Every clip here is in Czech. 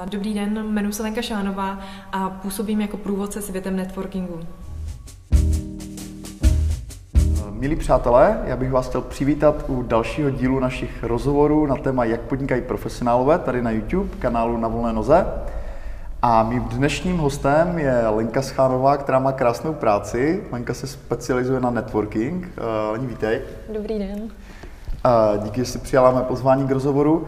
Dobrý den, jmenuji se Lenka Šánová a působím jako průvodce světem networkingu. Milí přátelé, já bych vás chtěl přivítat u dalšího dílu našich rozhovorů na téma Jak podnikají profesionálové tady na YouTube, kanálu Na volné noze. A mým dnešním hostem je Lenka Schánová, která má krásnou práci. Lenka se specializuje na networking. Leni, vítej. Dobrý den. Díky, že jsi přijala mé pozvání k rozhovoru.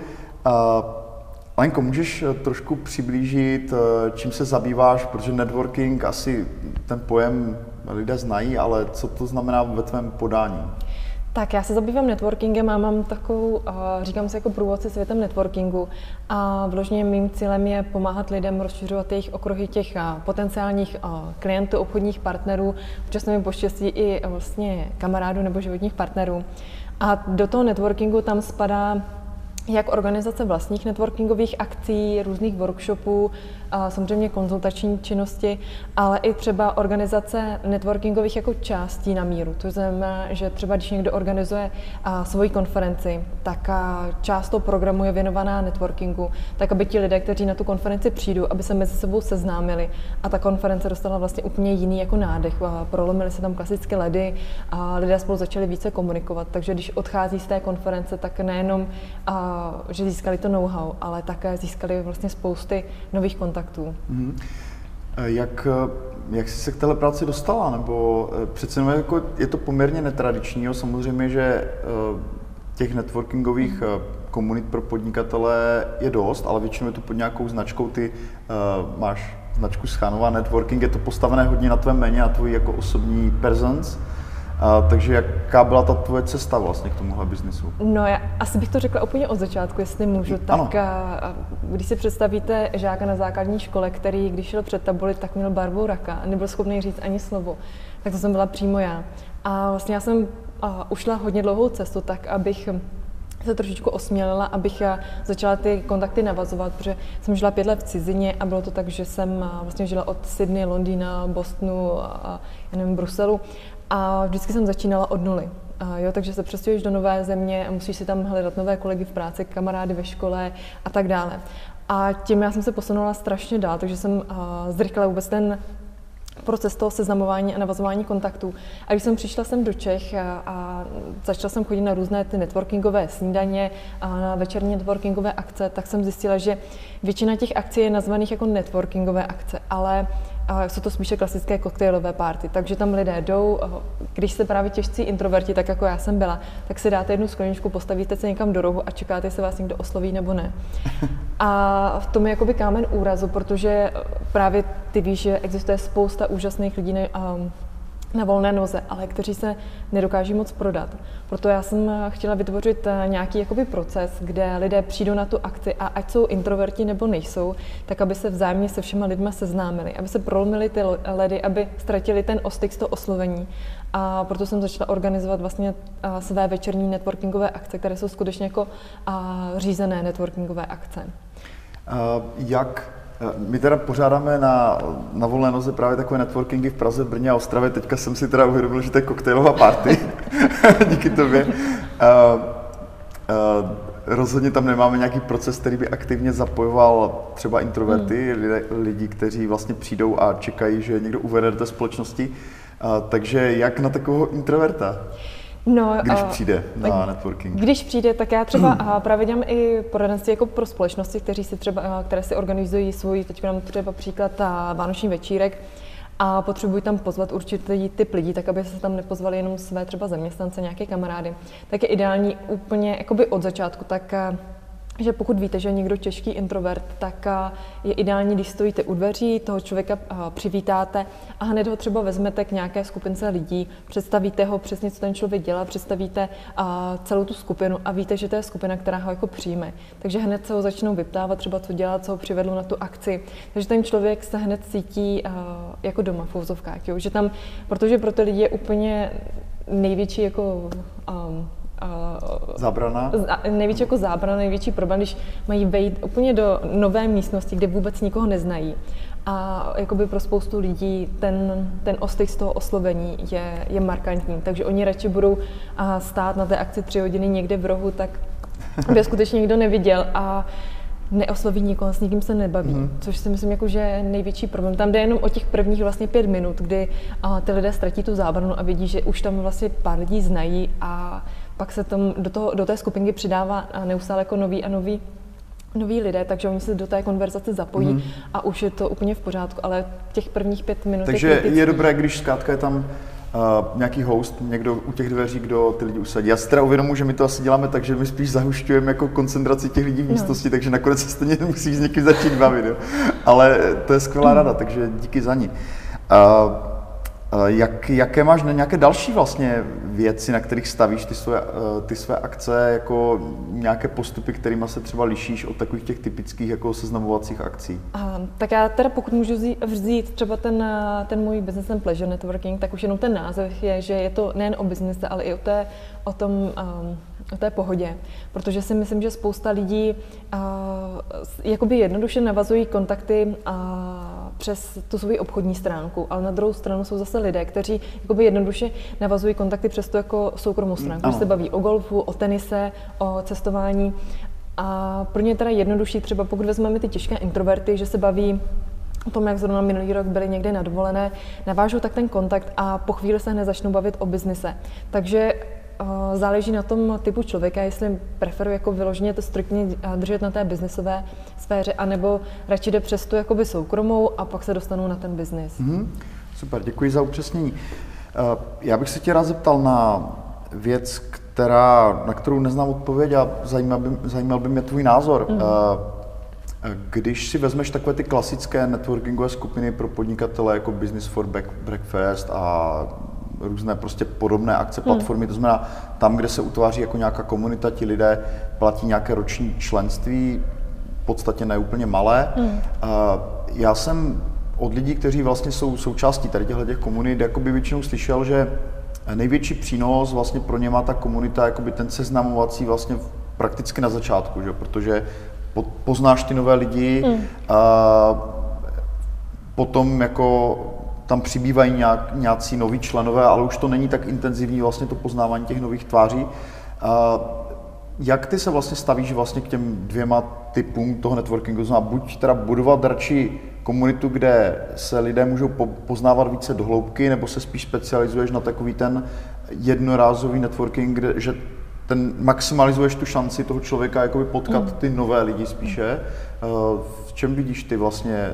Lenko, můžeš trošku přiblížit, čím se zabýváš, protože networking asi ten pojem lidé znají, ale co to znamená ve tvém podání? Tak já se zabývám networkingem a mám takovou, říkám se jako průvodce světem networkingu a vložně mým cílem je pomáhat lidem rozšiřovat jejich okruhy těch potenciálních klientů, obchodních partnerů, občas mi poštěstí i vlastně kamarádů nebo životních partnerů. A do toho networkingu tam spadá jak organizace vlastních networkingových akcí, různých workshopů, samozřejmě konzultační činnosti, ale i třeba organizace networkingových jako částí na míru. To znamená, že třeba když někdo organizuje svoji konferenci, tak část toho programu je věnovaná networkingu, tak aby ti lidé, kteří na tu konferenci přijdou, aby se mezi sebou seznámili a ta konference dostala vlastně úplně jiný jako nádech. Prolomily se tam klasické ledy a lidé spolu začali více komunikovat, takže když odchází z té konference, tak nejenom že získali to know-how, ale také získali vlastně spousty nových kontaktů. Jak jsi se k téhle práci dostala? Nebo přece jenom jako je to poměrně netradiční, samozřejmě, že těch networkingových komunit pro podnikatele je dost, ale většinou je to pod nějakou značkou. Ty máš značku Schánová Networking, je to postavené hodně na tvém jméně, na tvojí jako osobní presence. Takže jaká byla ta tvoje cesta vlastně k tomuhle biznisu? No já asi bych to řekla úplně od začátku, jestli můžu. Tak když si představíte žáka na základní škole, který když šel před tabuli, tak měl barvu raka a nebyl schopný říct ani slovo, tak to jsem byla přímo já. A vlastně já jsem ušla hodně dlouhou cestu, tak abych se trošičku osmělila, abych začala ty kontakty navazovat, protože jsem žila 5 let v cizině a bylo to tak, že jsem vlastně žila od Sydney, Londýna, Bostonu a Bruselu. A vždycky jsem začínala od nuly. Takže se přestěhuješ do nové země a musíš si tam hledat nové kolegy v práci, kamarády ve škole a tak dále. A tím já jsem se posunula strašně dál, takže jsem zrychlila vůbec ten proces toho seznamování a navazování kontaktů. A když jsem přišla sem do Čech a začala jsem chodit na různé ty networkingové snídaně a na večerní networkingové akce, tak jsem zjistila, že většina těch akcí je nazvaných jako networkingové akce, ale jsou to spíše klasické koktejlové party, takže tam lidé jdou, když jste právě těžcí introverti, tak jako já jsem byla, tak si dáte jednu skleničku, postavíte se někam do rohu a čekáte, jestli vás někdo osloví nebo ne. A v tom je jakoby kámen úrazu, protože právě ty víš, že existuje spousta úžasných lidí na volné noze, ale kteří se nedokáží moc prodat. Proto já jsem chtěla vytvořit nějaký jakoby proces, kde lidé přijdou na tu akci a ať jsou introverti nebo nejsou, tak aby se vzájemně se všema lidma seznámili, aby se prolomily ty ledy, aby ztratili ten ostyk z toho oslovení. A proto jsem začala organizovat vlastně své večerní networkingové akce, které jsou skutečně jako řízené networkingové akce. My teda pořádáme na volné noze právě takové networkingy v Praze, Brně a Ostravě. Teďka jsem si teda uvědomil, že to je koktejlová party. Díky tobě. Rozhodně tam nemáme nějaký proces, který by aktivně zapojoval třeba introverty, lidi, kteří vlastně přijdou a čekají, že někdo uvede do té společnosti. Takže jak na takového introverta? Když přijde na networking. Když přijde, tak já třeba právě dělám i poradenství jako pro společnosti, které si organizují svůj, teď mám třeba příklad vánoční večírek a potřebují tam pozvat určitý typ lidí, tak aby se tam nepozvali jenom své třeba zaměstnance, nějaké kamarády. Tak je ideální úplně jakoby od začátku, tak že pokud víte, že je někdo těžký introvert, tak je ideální, když stojíte u dveří, toho člověka přivítáte a hned ho třeba vezmete k nějaké skupince lidí, představíte ho přesně, co ten člověk dělá, představíte celou tu skupinu a víte, že to je skupina, která ho jako přijme. Takže hned se ho začnou vyptávat, třeba co dělá, co ho přivedlo na tu akci. Takže ten člověk se hned cítí jako doma v uvozovkách, že tam, protože pro ty lidi je úplně největší jako zábrana? Největší jako zábrana, největší problém, když mají vejít úplně do nové místnosti, kde vůbec nikoho neznají. A jakoby pro spoustu lidí ten ostyk z toho oslovení je markantní, takže oni radši budou stát na té akci 3 hodiny někde v rohu, tak aby skutečně nikdo neviděl. A neosloví nikoho, s nikým se nebaví, což si myslím, jako, že je největší problém. Tam jde jenom o těch prvních vlastně 5 minut, kdy ty lidé ztratí tu zábranu a vidí, že už tam vlastně pár lidí znají a pak se tam do té skupinky přidává neustále jako noví lidé, takže oni se do té konverzace zapojí a už je to úplně v pořádku, ale těch prvních 5 minut takže je dobré, když zkrátka je tam nějaký host, někdo u těch dveří, kdo ty lidi usadí. Já si teda uvědomuji, že my to asi děláme tak, že my spíš zahušťujeme jako koncentraci těch lidí v místnosti, takže nakonec se stejně musíš s někým začít bavit. Jo? Ale to je skvělá rada, takže díky za ní. Jaké máš nějaké další vlastně věci, na kterých stavíš ty své akce, jako nějaké postupy, kterými se třeba lišíš od takových těch typických jako seznamovacích akcí? Tak já teda pokud můžu vzít třeba ten můj business and pleasure networking, tak už jenom ten název je, že je to nejen o biznise, ale i o té pohodě, protože si myslím, že spousta lidí jakoby jednoduše navazují kontakty přes tu svou obchodní stránku, ale na druhou stranu jsou zase lidé, kteří jakoby jednoduše navazují kontakty přes tu jako soukromou stránku, že se baví o golfu, o tenise, o cestování a pro ně je teda jednodušší, třeba pokud vezmeme ty těžké introverty, že se baví o tom, jak zrovna minulý rok byli někde na dovolené, navážou tak ten kontakt a po chvíli se hned začnou bavit o biznise. Takže záleží na tom typu člověka, jestli preferuje jako vyloženě to striktně držet na té biznisové sféře, anebo radši jde přes tu jakoby soukromou a pak se dostanou na ten biznis. Super, děkuji za upřesnění. Já bych se tě rád zeptal na věc, na kterou neznám odpověď a zajímal by mě tvůj názor. Když si vezmeš takové ty klasické networkingové skupiny pro podnikatele jako Business for Breakfast a různé prostě podobné akce, platformy, to znamená tam, kde se utváří jako nějaká komunita, ti lidé platí nějaké roční členství, v podstatě ne úplně malé. Já jsem od lidí, kteří vlastně jsou součástí tady těch komunit, jakoby většinou slyšel, že největší přínos vlastně pro ně má ta komunita, jakoby ten seznamovací vlastně prakticky na začátku, že? Protože poznáš ty nové lidi, potom jako tam přibývají nějací noví členové, ale už to není tak intenzivní vlastně to poznávání těch nových tváří. Jak ty se vlastně stavíš vlastně k těm 2 typům toho networkingu? Znamená, buď teda budovat radši komunitu, kde se lidé můžou poznávat více do hloubky, nebo se spíš specializuješ na takový ten jednorázový networking, že maximalizuješ tu šanci toho člověka jakoby potkat ty nové lidi spíše. V čem vidíš ty vlastně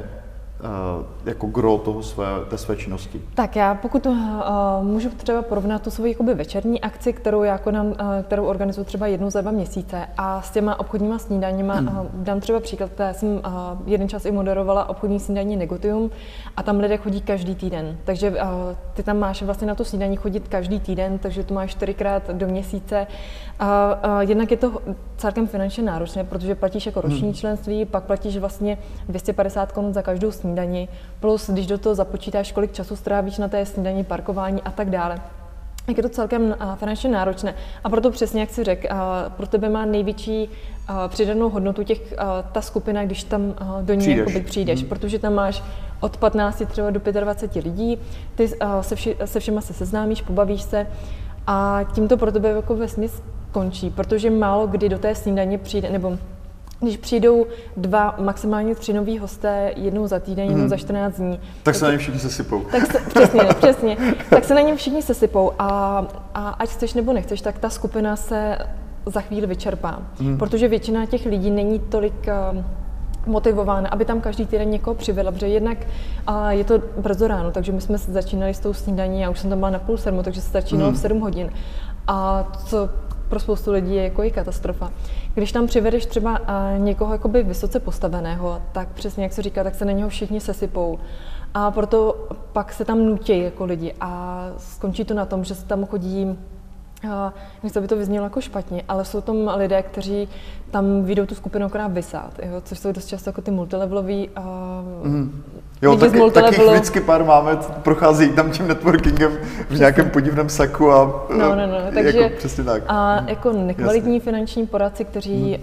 jako gro té své činnosti? Tak já pokud můžu třeba porovnat tu svoji jakoby večerní akci, kterou organizuji třeba 1 za 2 měsíce a s těma obchodníma snídaněma, dám třeba příklad, já jsem jeden čas i moderovala obchodní snídaní Negotium a tam lidé chodí každý týden, takže ty tam máš vlastně na to snídaní chodit každý týden, takže to máš 4krát do měsíce. Jednak je to celkem finančně náročné, protože platíš jako roční členství, pak platíš vlastně 250 Kč za každou snídani, plus když do toho započítáš, kolik času strávíš na té snídani, parkování a tak dále. Jak je to celkem finančně náročné. A proto přesně, jak jsi řekl, pro tebe má největší přidanou hodnotu ta skupina, když tam do ní přijdeš, protože tam máš od 15 třeba do 25 lidí, ty se všema se seznámíš, pobavíš se a tím to pro tebe jako vesměs končí, protože málo kdy do té snídaně přijde, nebo když přijdou 2, maximálně 3 noví hosté jednou za týden, jednou za 14 dní. Tak se na ně všichni sesypou. Přesně. Tak se na ně všichni sesypou a ať chceš nebo nechceš, tak ta skupina se za chvíli vyčerpá. Protože většina těch lidí není tolik motivována, aby tam každý týden někoho přivedla, protože jednak je to brzo ráno, takže my jsme začínali s tou snídaní, já už jsem tam byla na 6:30, takže se začínalo v 7 hodin. A co pro spoustu lidí je jako i katastrofa. Když tam přivedeš třeba někoho jakoby vysoce postaveného, tak přesně jak se říká, tak se na něho všichni sesypou. A proto pak se tam nutí jako lidi a skončí to na tom, že se tam chodí, nechci, aby to vyznělo jako špatně, ale jsou tam lidé, kteří tam vyjdou tu skupinu akorát vysát, jo, což jsou dost často jako ty multileveloví jo, taky vždycky pár máme, procházejí tam tím networkingem v nějakém podivném saku a takže jako přesně tak. A jako nekvalitní finanční poradci, kteří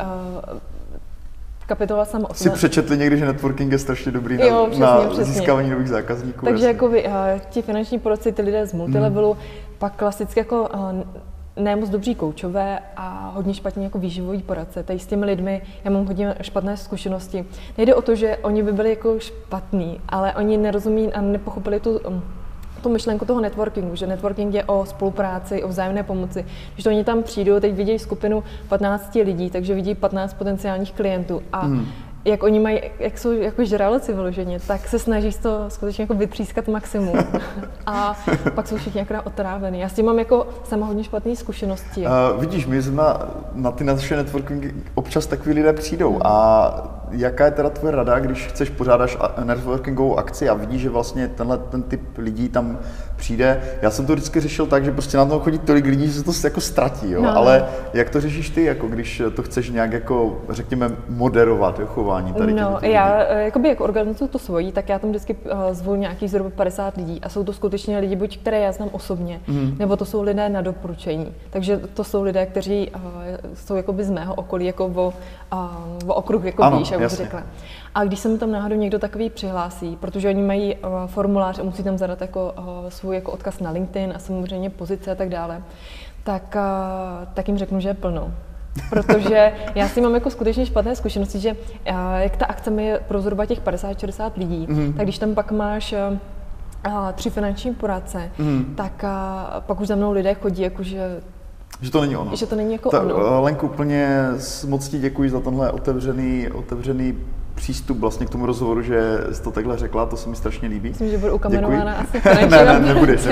kapitola sama o si přečetli někdy, že networking je strašně dobrý na získávání nových zákazníků. Takže jako ti finanční poradci, ty lidé z multilevelu, pak klasicky jako ne moc dobří koučové a hodně špatně jako výživový poradce. Tady s těmi lidmi já mám hodně špatné zkušenosti. Nejde o to, že oni by byli jako špatní, ale oni nerozumí a nepochopili tu myšlenku toho networkingu, že networking je o spolupráci, o vzájemné pomoci. Když to oni tam přijdou, teď vidí skupinu 15 lidí, takže vidí 15 potenciálních klientů a jak oni mají, jak jsou jako žraloci vyloženě, tak se snaží z toho skutečně jako vytřískat maximum. A pak jsou všichni akorát otrávený. Já s tím mám jako sama hodně špatné zkušenosti. Vidíš, my na ty naše networkingy občas takový lidé přijdou. A jaká je teda tvoje rada, když chceš pořádat networkingovou akci a vidíš, že vlastně ten typ lidí tam přijde? Já jsem to vždycky řešil tak, že prostě na tom chodí tolik lidí, že se to jako ztratí, jo? No. Ale jak to řešíš ty, jako když to chceš nějak jako, řekněme, moderovat, jo, chování tady těch lidí? Já jakoby, jak organizuju to svojí, tak já tam vždycky zvu nějakých zhruba 50 lidí a jsou to skutečně lidi, buď které já znám osobně, nebo to jsou lidé na doporučení. Takže to jsou lidé, kteří jsou jakoby z mého okolí, jako o okruh, jako víš, jak bych řekla. A když se mu tam náhodou někdo takový přihlásí, protože oni mají formulář a musí tam zadat jako svůj jako odkaz na LinkedIn a samozřejmě pozice a tak dále, tak jim řeknu, že je plno. Protože já si mám jako skutečně špatné zkušenosti, že jak ta akce je pro zhruba těch 50-60 lidí, tak když tam pak máš 3 finanční poradce, tak pak už za mnou lidé chodí, jakože že to není ono. Že to není jako ono. Lenku, úplně moc ti děkuji za tenhle otevřený přístup vlastně k tomu rozhovoru, že jsi to takhle řekla, to se mi strašně líbí. Myslím, že budu ukamenována asi ne, nebudeš.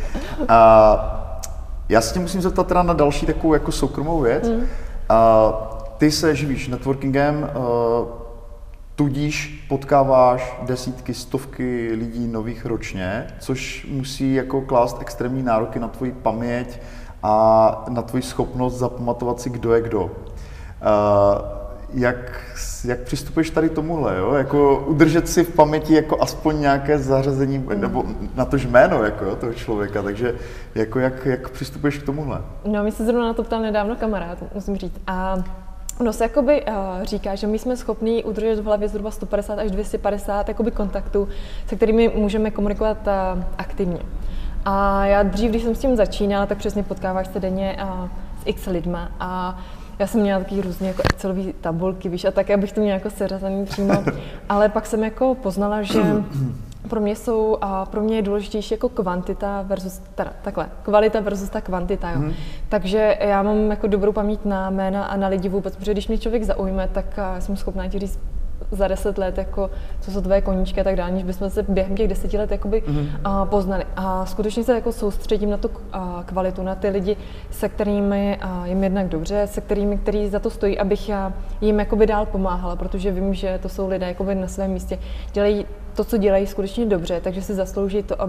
Já se tě musím zeptat teda na další takovou jako soukromou věc. Ty se živíš networkingem, tudíž potkáváš desítky, stovky lidí nových ročně, což musí jako klást extrémní nároky na tvoji paměť a na tvoji schopnost zapamatovat si, kdo je kdo. Jak přistupuješ tady tomuhle, jo? Jako udržet si v paměti jako aspoň nějaké zařazení, nebo na to jméno jako, jo, toho člověka, takže jako jak přistupuješ k tomuhle? No, mi se zrovna na to ptal nedávno kamarád, musím říct. A ono se jakoby říká, že my jsme schopni udržet v hlavě zhruba 150 až 250 jakoby kontaktů, se kterými můžeme komunikovat aktivně. A já dřív, když jsem s tím začínala, tak přesně potkáváš se denně s x lidma a já jsem měla taky různě jako excelové tabulky, víš, a tak, abych to měla jako seřazený přímo, ale pak jsem jako poznala, že pro mě je důležitější jako kvantita versus, kvalita versus ta kvantita, jo. Takže já mám jako dobrou paměť na jména a na lidi vůbec, protože když mě člověk zaujme, tak jsem schopná ti říct za 10 let, jako, co jsou tvoje koníčky a tak dále, než bychom se během těch 10 let jakoby, poznali. A skutečně se jako soustředím na tu kvalitu, na ty lidi, se kterými jim jednak dobře, se kterými, kteří za to stojí, abych jim jakoby dál pomáhala, protože vím, že to jsou lidé jakoby na svém místě, dělají to, co dělají skutečně dobře, takže si zaslouží to,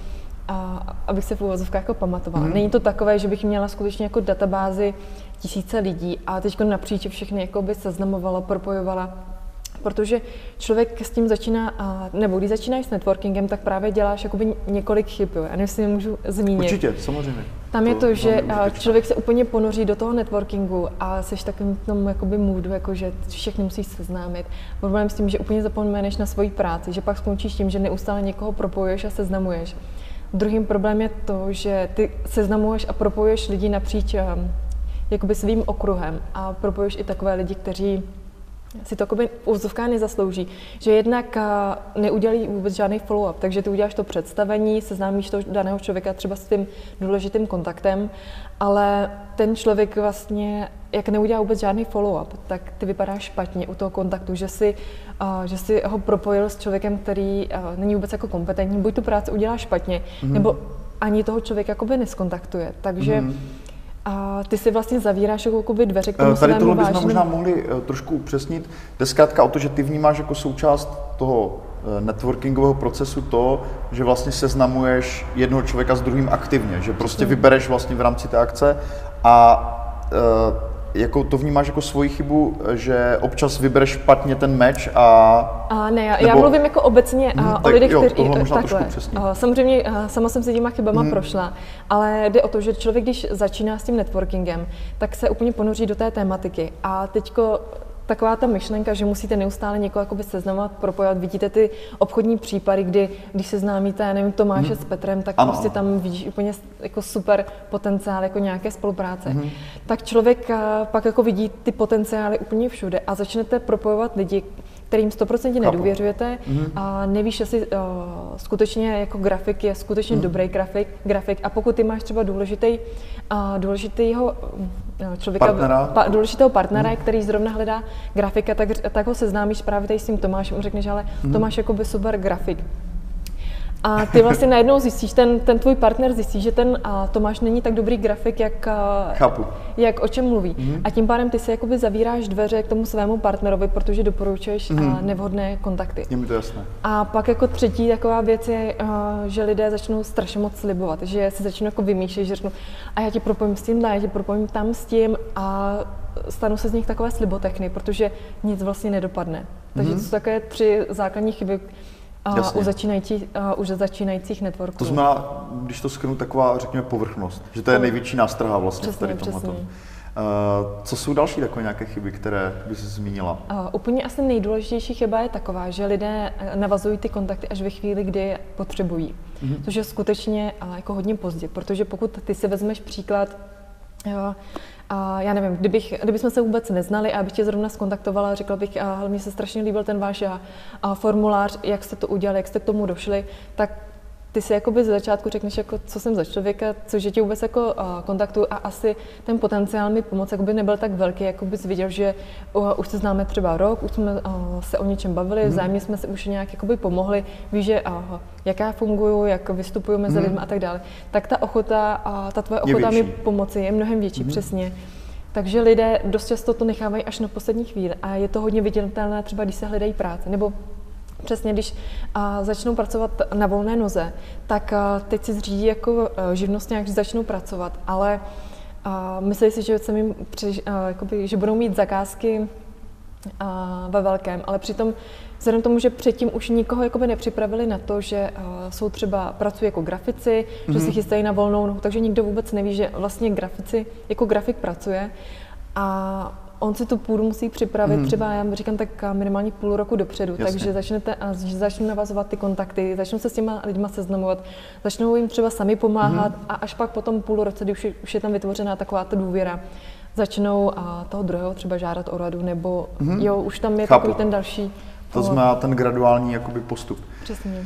abych se v uvozovkách jako pamatovala. Není to takové, že bych měla skutečně jako databázi tisíce lidí a teď napříč všechny jakoby seznamovala, propojovala. Protože člověk s tím začíná, nebo když začínáš s networkingem, tak právě děláš jakoby několik chyb, jo. Já nevím, jestli můžu zmínit. Určitě, samozřejmě. Tam je to, že člověk se úplně ponoří do toho networkingu a seš takovým tom jakoby moodu, jako že všechny musíš seznámit. Problém s tím, že úplně zapomeneš na svoji práci, že pak skončíš tím, že neustále někoho propojuješ a seznamuješ. Druhým problém je to, že ty seznamuješ a propojuješ lidi napříč jakoby svým okruhem a propojuješ i takové lidi, kteří si to jakoby úzovka nezaslouží, že jednak neudělají vůbec žádný follow-up, takže ty uděláš to představení, seznámíš toho daného člověka třeba s tím důležitým kontaktem, ale ten člověk vlastně, jak neudělá vůbec žádný follow-up, tak ty vypadáš špatně u toho kontaktu, že si ho propojil s člověkem, který není vůbec jako kompetentní, buď tu práci udělá špatně, nebo ani toho člověka jakoby neskontaktuje, takže a ty si vlastně zavíráš jakoby dveře k tomu svému svému vážnému. Tady tohle bychom možná mohli trošku upřesnit. Jde zkrátka o to, že ty vnímáš jako součást toho networkingového procesu to, že vlastně seznamuješ jednoho člověka s druhým aktivně, že prostě vybereš vlastně v rámci té akce a jako to vnímáš jako svoji chybu, že občas vybereš špatně ten meč ne, já mluvím jako obecně o lidech, kteří takhle. Samozřejmě sama jsem si těma chybama prošla, ale jde o to, že člověk, když začíná s tím networkingem, tak se úplně ponoří do té tématiky a teďko taková ta myšlenka, že musíte neustále někoho jakoby seznamovat, propojovat. Vidíte ty obchodní případy, kdy když seznámíte, já nevím, Tomáše s Petrem, tak prostě tam vidíš úplně jako super potenciál jako nějaké spolupráce. Tak člověk pak jako vidí ty potenciály úplně všude a začnete propojovat lidi, kterým 100% nedůvěřujete a nevíš, jestli skutečně jako grafik je skutečně dobrý grafik a pokud ty máš třeba důležitýho člověka, důležitého partnera, který zrovna hledá grafika, tak ho seznámíš právě tady s tím Tomášem, řekneš, ale Tomáš jako by super grafik. A ty vlastně najednou zjistíš, ten tvůj partner zjistí, že ten Tomáš není tak dobrý grafik, jak o čem mluví. A tím pádem ty si jakoby zavíráš dveře k tomu svému partnerovi, protože doporučuješ nevhodné kontakty. Je mi to jasné. A pak jako třetí taková věc je, že lidé začnou strašně moc slibovat, že si začnou jako vymýšlet, že řeknou, a já ti propojím s tím, já ti propojím tam s tím a stanou se z nich takové slibotechny, protože nic vlastně nedopadne. Takže to jsou takové 3 základní chyby, u začínajících networků. To znamená, když to shrnu, taková, řekněme, povrchnost, že to je největší nástraha vlastně v tomhletom. Co jsou další takové nějaké chyby, které bys zmínila? Úplně asi nejdůležitější chyba je taková, že lidé navazují ty kontakty až ve chvíli, kdy je potřebují. Což je skutečně jako hodně pozdě, protože pokud ty si vezmeš příklad, já nevím, kdybychom se vůbec neznali a bych tě zrovna zkontaktovala a řekla bych, mně se strašně líbil ten váš formulář, jak jste to udělali, jak jste k tomu došli, tak ty si jakoby ze začátku řekneš, jako, co jsem za člověka, cože tě vůbec jako kontaktuju a asi ten potenciál mi pomoct jakoby nebyl tak velký, jako bys viděl, že už se známe třeba rok, už jsme se o něčem bavili, vzájemně jsme si už nějak jakoby pomohli, víš, že jak já funguju, jak vystupuju mezi lidmi a tak dále. Tak ta ochota, ta tvoje ochota mi pomoci je mnohem větší, přesně. Takže lidé dost často to nechávají až na poslední chvíli a je to hodně viditelné třeba, když se hledají práce, nebo přesně, když začnou pracovat na volné noze, tak teď si zřídí jako živnostňák, že začnou pracovat, ale myslí si, že že budou mít zakázky ve velkém, ale přitom vzhledem tomu, že předtím už nikoho jakoby nepřipravili na to, že jsou třeba pracují jako grafici, že si chystají na volnou nohu, takže nikdo vůbec neví, že vlastně jako grafik pracuje a on si tu půdu musí připravit třeba, já říkám tak minimálně půl roku dopředu, takže začnou navazovat ty kontakty, začnou se s těma lidma seznamovat, začnou jim třeba sami pomáhat a až pak potom půl roce, kdy už je tam vytvořená taková ta důvěra, začnou toho druhého třeba žádat o radu, nebo už tam je takový ten další. To znamená ten graduální jakoby postup. Přesně.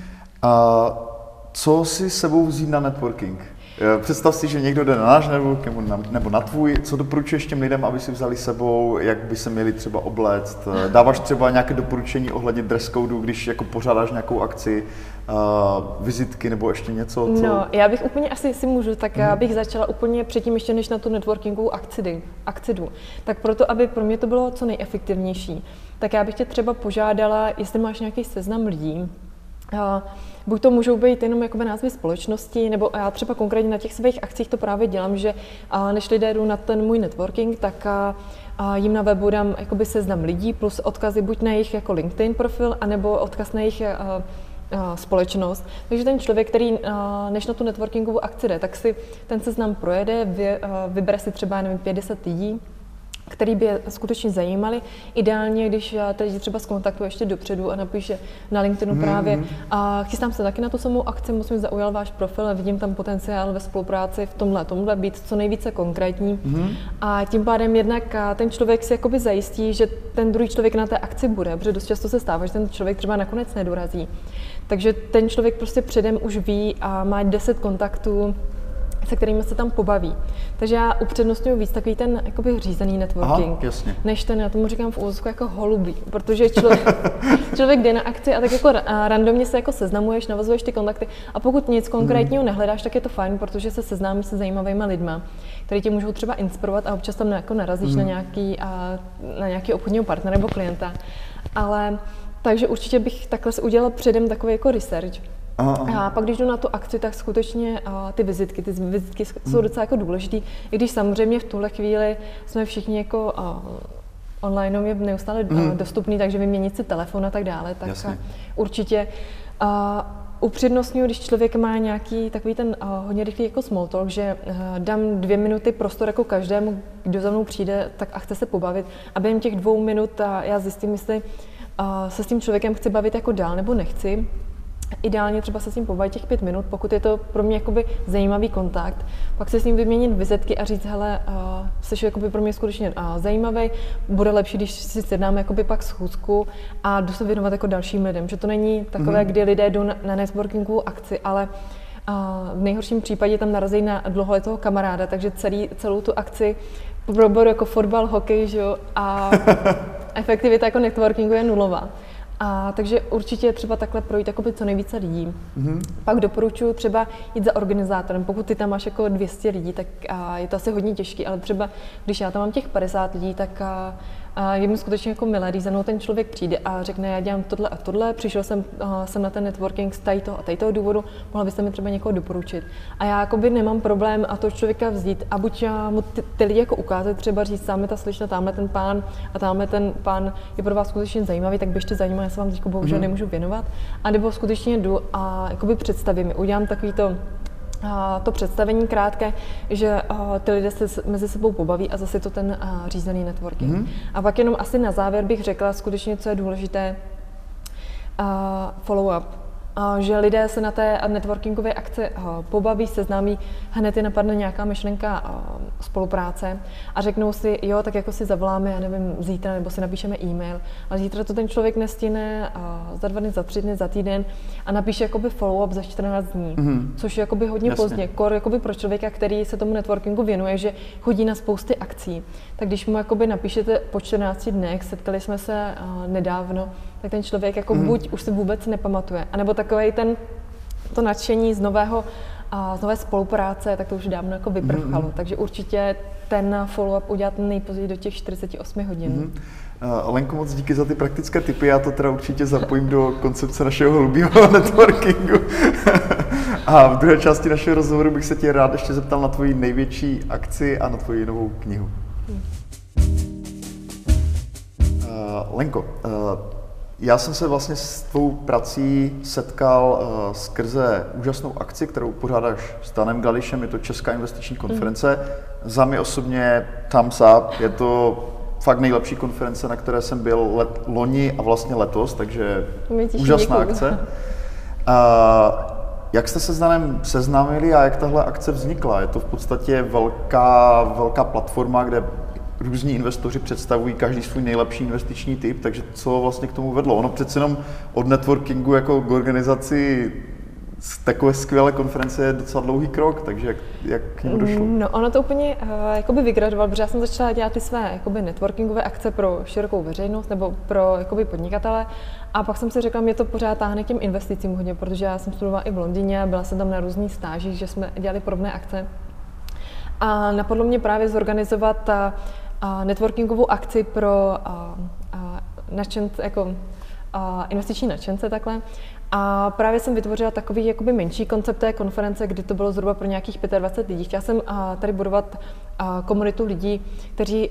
Co si sebou vzít na networking? Představ si, že někdo jde na náš network nebo na tvůj. Co doporučuješ těm lidem, aby si vzali sebou, jak by se měli třeba obléct? Dáváš třeba nějaké doporučení ohledně dress codeu, když jako pořádáš nějakou akci, vizitky nebo ještě něco? Co? No, já bych úplně asi, si můžu, tak já bych začala úplně předtím, ještě než na tu networkingovou akci jdu. Tak proto, aby pro mě to bylo co nejefektivnější, tak já bych tě třeba požádala, jestli máš nějaký seznam lidí, buď to můžou být jenom jakoby názvy společnosti, nebo já třeba konkrétně na těch svých akcích to právě dělám, že než lidé jdou na ten můj networking, tak jim na webu dám jakoby seznam lidí plus odkazy buď na jejich jako LinkedIn profil, anebo odkaz na jejich společnost. Takže ten člověk, který než na tu networkingovou akci jde, tak si ten seznam projede, vybere si třeba, nevím, 50 lidí, který by je skutečně zajímali. Ideálně, když teď třeba zkontaktuje ještě dopředu a napíše na LinkedInu právě a chystám se taky na tu samou akci, moc mi zaujal váš profil a vidím tam potenciál ve spolupráci v tomhle být co nejvíce konkrétní. A tím pádem jednak ten člověk si jakoby zajistí, že ten druhý člověk na té akci bude, protože dost často se stává, že ten člověk třeba nakonec nedorazí. Takže ten člověk prostě předem už ví a má 10 kontaktů, se kterými se tam pobaví. Takže já upřednostňuji víc takový ten jakoby řízený networking, než ten, já tomu říkám v úvozovku jako holubí, protože člověk jde na akci a tak jako randomně se jako seznamuješ, navazuješ ty kontakty a pokud nic konkrétního nehledáš, tak je to fajn, protože se seznámíš se zajímavými lidma, kteří tě můžou třeba inspirovat a občas tam jako narazíš na nějaký obchodního partnera nebo klienta. Ale takže určitě bych takhle si udělala předem takový jako research. A pak, když jdu na tu akci, tak skutečně ty vizitky jsou docela jako důležitý, i když samozřejmě v tuhle chvíli jsme všichni jako online je neustále dostupný, takže vyměnit si telefon a tak dále, tak určitě upřednostňuji, když člověk má nějaký takový ten hodně rychlý jako small talk, že dám 2 minuty prostor jako každému, kdo za mnou přijde, tak a chce se pobavit, a během těch 2 minut já zjistím, jestli se s tím člověkem chci bavit jako dál nebo nechci. Ideálně třeba se s ním pobavit těch 5 minut, pokud je to pro mě jakoby zajímavý kontakt, pak se s ním vyměnit vizitky a říct, hele, jsi jakoby pro mě skutečně zajímavý, bude lepší, když si sjednáme jakoby pak schůzku a jdu se věnovat jako dalším lidem, že to není takové, kdy lidé jdou na networkingovou akci, ale v nejhorším případě tam narazí na dlouholetého kamaráda, takže celou tu akci proberu jako fotbal, hokej, že jo, a efektivita jako networkingu je nulová. Takže určitě třeba takhle projít jakoby co nejvíce lidí. Pak doporučuji třeba jít za organizátorem. Pokud ty tam máš jako 200 lidí, tak je to asi hodně těžký, ale třeba když já tam mám těch 50 lidí, tak je mi skutečně jako milé, když za mnou ten člověk přijde a řekne, já dělám tohle a tohle, přišel jsem na ten networking z toho důvodu, mohla byste mi třeba někoho doporučit. A já jakoby nemám problém a toho člověka vzít a buď mu ty lidi jako ukázat, třeba říct, sáme ta slečna, tamhle ten pán a tamhle ten pán je pro vás skutečně zajímavý, tak běžte za ním, já se vám teď bohužel nemůžu věnovat. A nebo skutečně jdu a jakoby představím, udělám takový to představení krátké, že ty lidé se mezi sebou pobaví a zase to ten řízený networking. A pak jenom asi na závěr bych řekla skutečně, co je důležité, follow-up. Že lidé se na té networkingové akci pobaví, seznámí, hned je napadne nějaká myšlenka spolupráce a řeknou si, jo, tak jako si zavoláme, já nevím, zítra, nebo si napíšeme e-mail, ale zítra to ten člověk nestihne za 2 dny, za 3 dny, za týden a napíše jakoby follow-up za 14 dní, což je jakoby hodně pozdě, jakoby pro člověka, který se tomu networkingu věnuje, že chodí na spousty akcí, tak když mu jakoby napíšete po 14 dnech, setkali jsme se nedávno, tak ten člověk jako buď už si vůbec nepamatuje, anebo takovej to nadšení z nové spolupráce, tak to už dávno jako vyprchalo. Takže určitě ten follow-up udělat nejpozději do těch 48 hodin. Lenko, moc díky za ty praktické tipy, já to teda určitě zapojím do koncepce našeho hlubšího networkingu. A v druhé části našeho rozhovoru bych se tě rád ještě zeptal na tvoji největší akci a na tvoji novou knihu. Lenko, já jsem se vlastně s tvou prací setkal skrze úžasnou akci, kterou pořádáš s Danem Gladišem, je to Česká investiční konference. Za mě osobně thumbs up, je to fakt nejlepší konference, na které jsem byl loni a vlastně letos, takže úžasná akce. Jak jste se s Danem seznámili a jak tahle akce vznikla? Je to v podstatě velká platforma, kde různí investoři představují každý svůj nejlepší investiční tip, takže co vlastně k tomu vedlo? Ono přece jenom od networkingu jako k organizaci takové skvělé konference je docela dlouhý krok, takže jak k němu došlo? No, ono to úplně jakoby vygradoval, protože já jsem začala dělat ty své jakoby networkingové akce pro širokou veřejnost nebo pro jakoby podnikatele a pak jsem si řekla, mě to pořád táhne k těm investicím hodně, protože já jsem studovala i v Londýně a byla jsem tam na různých stážích, že jsme dělali podobné akce. A napadlo mě právě zorganizovat networkingovou akci pro investiční nadšence takhle. A právě jsem vytvořila takový jakoby menší koncept té konference, kdy to bylo zhruba pro nějakých 25 lidí. Chtěla jsem tady budovat komunitu lidí, kteří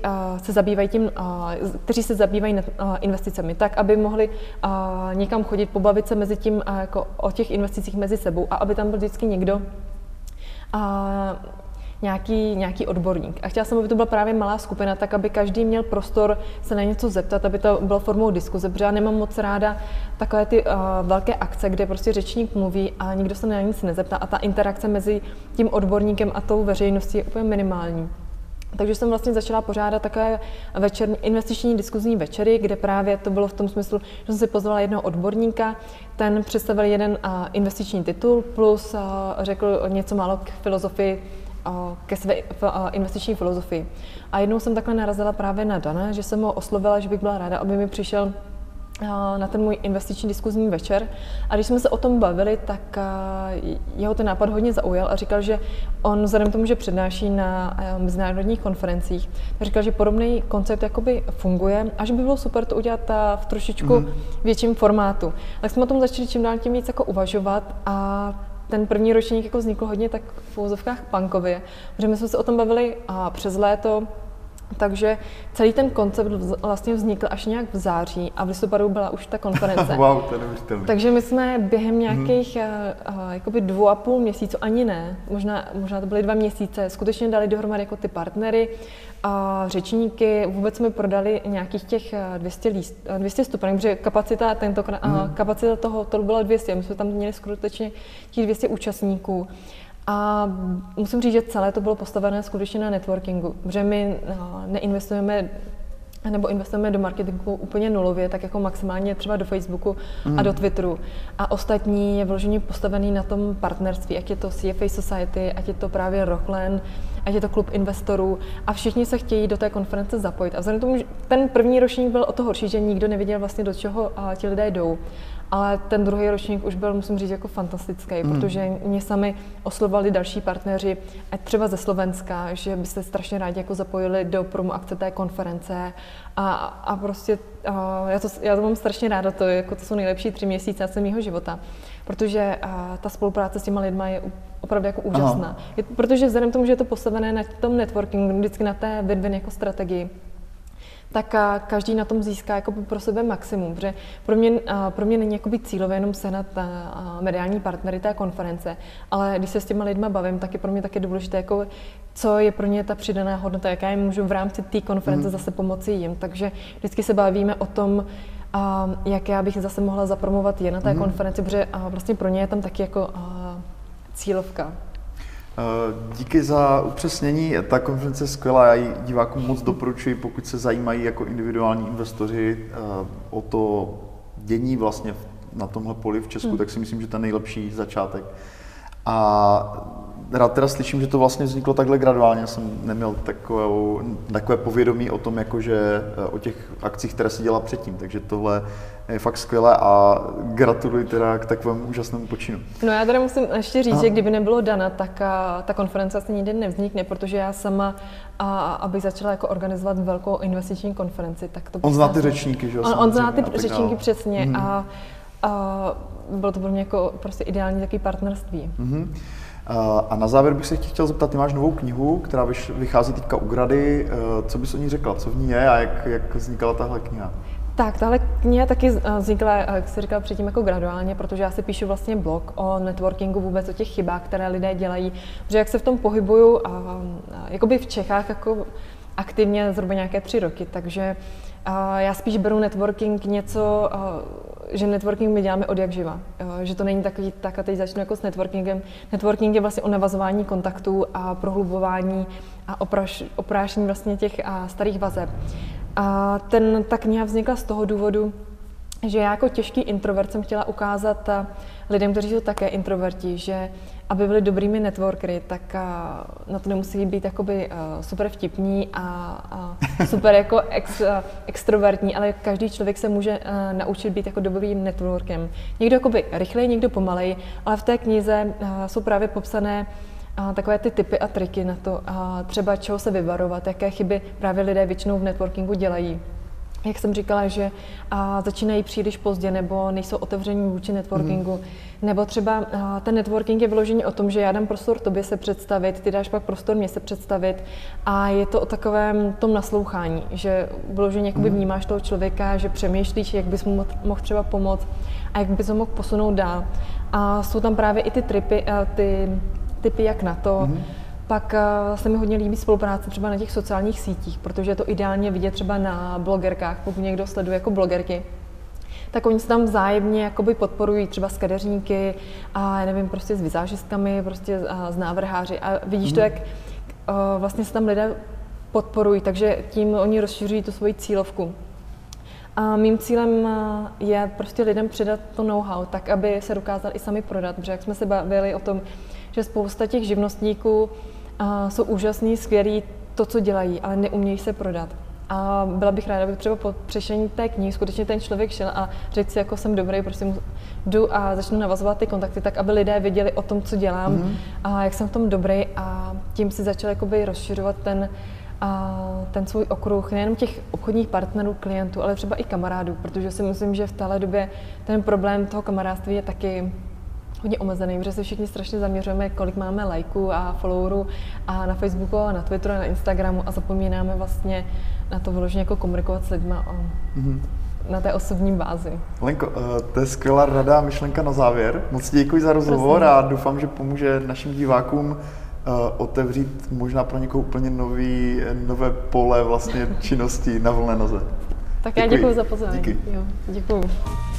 se zabývají investicemi, tak, aby mohli někam chodit, pobavit se mezi tím jako o těch investicích mezi sebou a aby tam byl vždycky někdo, nějaký odborník. A chtěla jsem, aby to byla právě malá skupina, tak aby každý měl prostor se na něco zeptat, aby to bylo formou diskuze, protože já nemám moc ráda takové ty velké akce, kde prostě řečník mluví a nikdo se na nic nezeptá a ta interakce mezi tím odborníkem a tou veřejností je úplně minimální. Takže jsem vlastně začala pořádat takové investiční diskuzní večery, kde právě to bylo v tom smyslu, že jsem si pozvala jednoho odborníka, ten představil jeden investiční titul plus řekl něco málo k filozofii, ke své investiční filozofii. A jednou jsem takhle narazila právě na Dana, že jsem ho oslovila, že bych byla ráda, aby mi přišel na ten můj investiční diskuzní večer. A když jsme se o tom bavili, tak jeho ten nápad hodně zaujal a říkal, že on vzhledem k tomu, že přednáší na mezinárodních konferencích, tak říkal, že podobný koncept jakoby funguje a že by bylo super to udělat v trošičku větším formátu. Tak jsme o tom začali čím dál tím víc jako uvažovat a ten první ročník jako vznikl hodně tak v uvozovkách punkově, protože my jsme se o tom bavili přes léto, Takže celý ten koncept vlastně vznikl až nějak v září a v listopadu byla už ta konference. Wow, to je neuvěřitelné. Takže my jsme během nějakých jakoby 2,5 měsíců, ani ne, možná to byly 2 měsíce, skutečně dali dohromady jako ty partnery, řečníky, vůbec jsme prodali nějakých těch 200 stupenek, protože kapacita toho to bylo 200, my jsme tam měli skutečně těch 200 účastníků. A musím říct, že celé to bylo postavené skutečně na networkingu, protože my neinvestujeme nebo investujeme do marketingu úplně nulově, tak jako maximálně třeba do Facebooku a do Twitteru. A ostatní je vloženě postavený na tom partnerství, ať je to CFA Society, ať je to právě Rockland, ať je to klub investorů a všichni se chtějí do té konference zapojit. A vzhledem k tomu, že ten první ročník byl o to horší, že nikdo nevěděl vlastně, do čeho ti lidé jdou. Ale ten druhý ročník už byl, musím říct, jako fantastický, protože mě sami oslovovali další partneři, ať třeba ze Slovenska, že by se strašně rádi jako zapojili do promo akce té konference a prostě já to mám strašně ráda, to jsou nejlepší 3 měsíce mého života, protože ta spolupráce s těma lidma je opravdu jako úžasná. Protože vzhledem k tomu, že je to postavené na tom networkingu, vždycky na té win-win jako strategii, tak každý na tom získá jako pro sebe maximum, protože pro mě není jakoby cílové jenom sehnat mediální partnery té konference, ale když se s těma lidma bavím, tak je pro mě taky důležité, jako, co je pro ně ta přidaná hodnota, jaká jim můžu v rámci té konference zase pomoci jim. Takže vždycky se bavíme o tom, jak já bych zase mohla zapromovat je na té konferenci, protože vlastně pro ně je tam taky jako cílovka. Díky za upřesnění, ta konference je skvělá, já ji divákům moc doporučuji, pokud se zajímají jako individuální investoři o to dění vlastně na tomhle poli v Česku, tak si myslím, že to je nejlepší začátek. A rád teda slyším, že to vlastně vzniklo takhle graduálně, já jsem neměl takové povědomí o tom, jakože o těch akcích, které se dělá předtím, takže tohle je fakt skvělé a gratuluji teda k takovému úžasnému počinu. No já teda musím ještě říct, že kdyby nebylo Dana, tak ta konference asi nikdy nevznikne, protože já sama, abych začala jako organizovat velkou investiční konferenci, tak to... On zná ty řečníky, že jo? On zná ty řečníky přesně a bylo to pro mě jako prostě ideální takový partnerství. A na závěr bych se chtěl zeptat, ty máš novou knihu, která vychází teďka u Grady, co bys o ní řekla, co v ní je a jak vznikala tahle kniha? Tak, tahle kniha taky vznikla, jak jsi říkala předtím, jako graduálně, protože já si píšu vlastně blog o networkingu, vůbec o těch chybách, které lidé dělají, protože jak se v tom pohybuju jakoby v Čechách jako aktivně zhruba nějaké 3 roky, takže já spíš beru networking něco, že networking my děláme od jak živa, že to není takový, tak a teď začnu jako s networkingem. Networking je vlastně o navazování kontaktů a prohlubování a oprášení vlastně těch starých vazeb. A ta kniha vznikla z toho důvodu, že já jako těžký introvert jsem chtěla ukázat lidem, kteří jsou také introverti, že aby byli dobrými networkery, tak na to nemusí být jakoby super vtipní a super jako extrovertní, ale každý člověk se může naučit být jako dobrým networkem. Někdo jakoby rychleji, někdo pomalej, ale v té knize jsou právě popsané takové ty tipy a triky na to, třeba čeho se vyvarovat, jaké chyby právě lidé většinou v networkingu dělají. Jak jsem říkala, že začínají příliš pozdě nebo nejsou otevření vůči networkingu, nebo třeba ten networking je vyložený o tom, že já dám prostor tobě se představit, ty dáš pak prostor mě se představit a je to o takovém tom naslouchání, že vyloženě jakoby vnímáš toho člověka, že přemýšlíš, jak bys mu mohl třeba pomoct a jak bys ho mohl posunout dál. A jsou tam právě i ty tipy, jak na to. Pak se mi hodně líbí spolupráce třeba na těch sociálních sítích, protože je to ideálně vidět třeba na blogerkách, pokud někdo sleduje jako blogerky, tak oni se tam vzájemně jakoby podporují třeba s kadeřníky a já nevím, prostě s vizážistkami, prostě s návrháři a vidíš to, jak vlastně se tam lidé podporují, takže tím oni rozšiřují tu svoji cílovku. A mým cílem je prostě lidem předat to know-how, tak aby se dokázali i sami prodat, protože jak jsme se bavili o tom, že spousta těch živnostníků jsou úžasní, skvělí to, co dělají, ale neumějí se prodat. A byla bych ráda, aby třeba po přečtení té knihy skutečně ten člověk šel a řekl si, jako jsem dobrý, prostě jdu a začnu navazovat ty kontakty, tak aby lidé věděli o tom, co dělám a jak jsem v tom dobrý a tím si začal jakoby rozšiřovat ten svůj okruh nejenom těch obchodních partnerů, klientů, ale třeba i kamarádů, protože si myslím, že v téhle době ten problém toho kamarádství je taky hodně omezený, protože se všichni strašně zaměřujeme, kolik máme lajků a followerů a na Facebooku, a na Twitteru, a na Instagramu a zapomínáme vlastně na to vyloženě jako komunikovat s lidma na té osobní bázi. Lenko, to je skvělá rada a myšlenka na závěr. Moc děkuji za rozhovor a doufám, že pomůže našim divákům otevřít možná pro někoho úplně nové pole vlastně činností na volné noze. Tak já děkuji za pozvání. Díky. Jo, děkuji.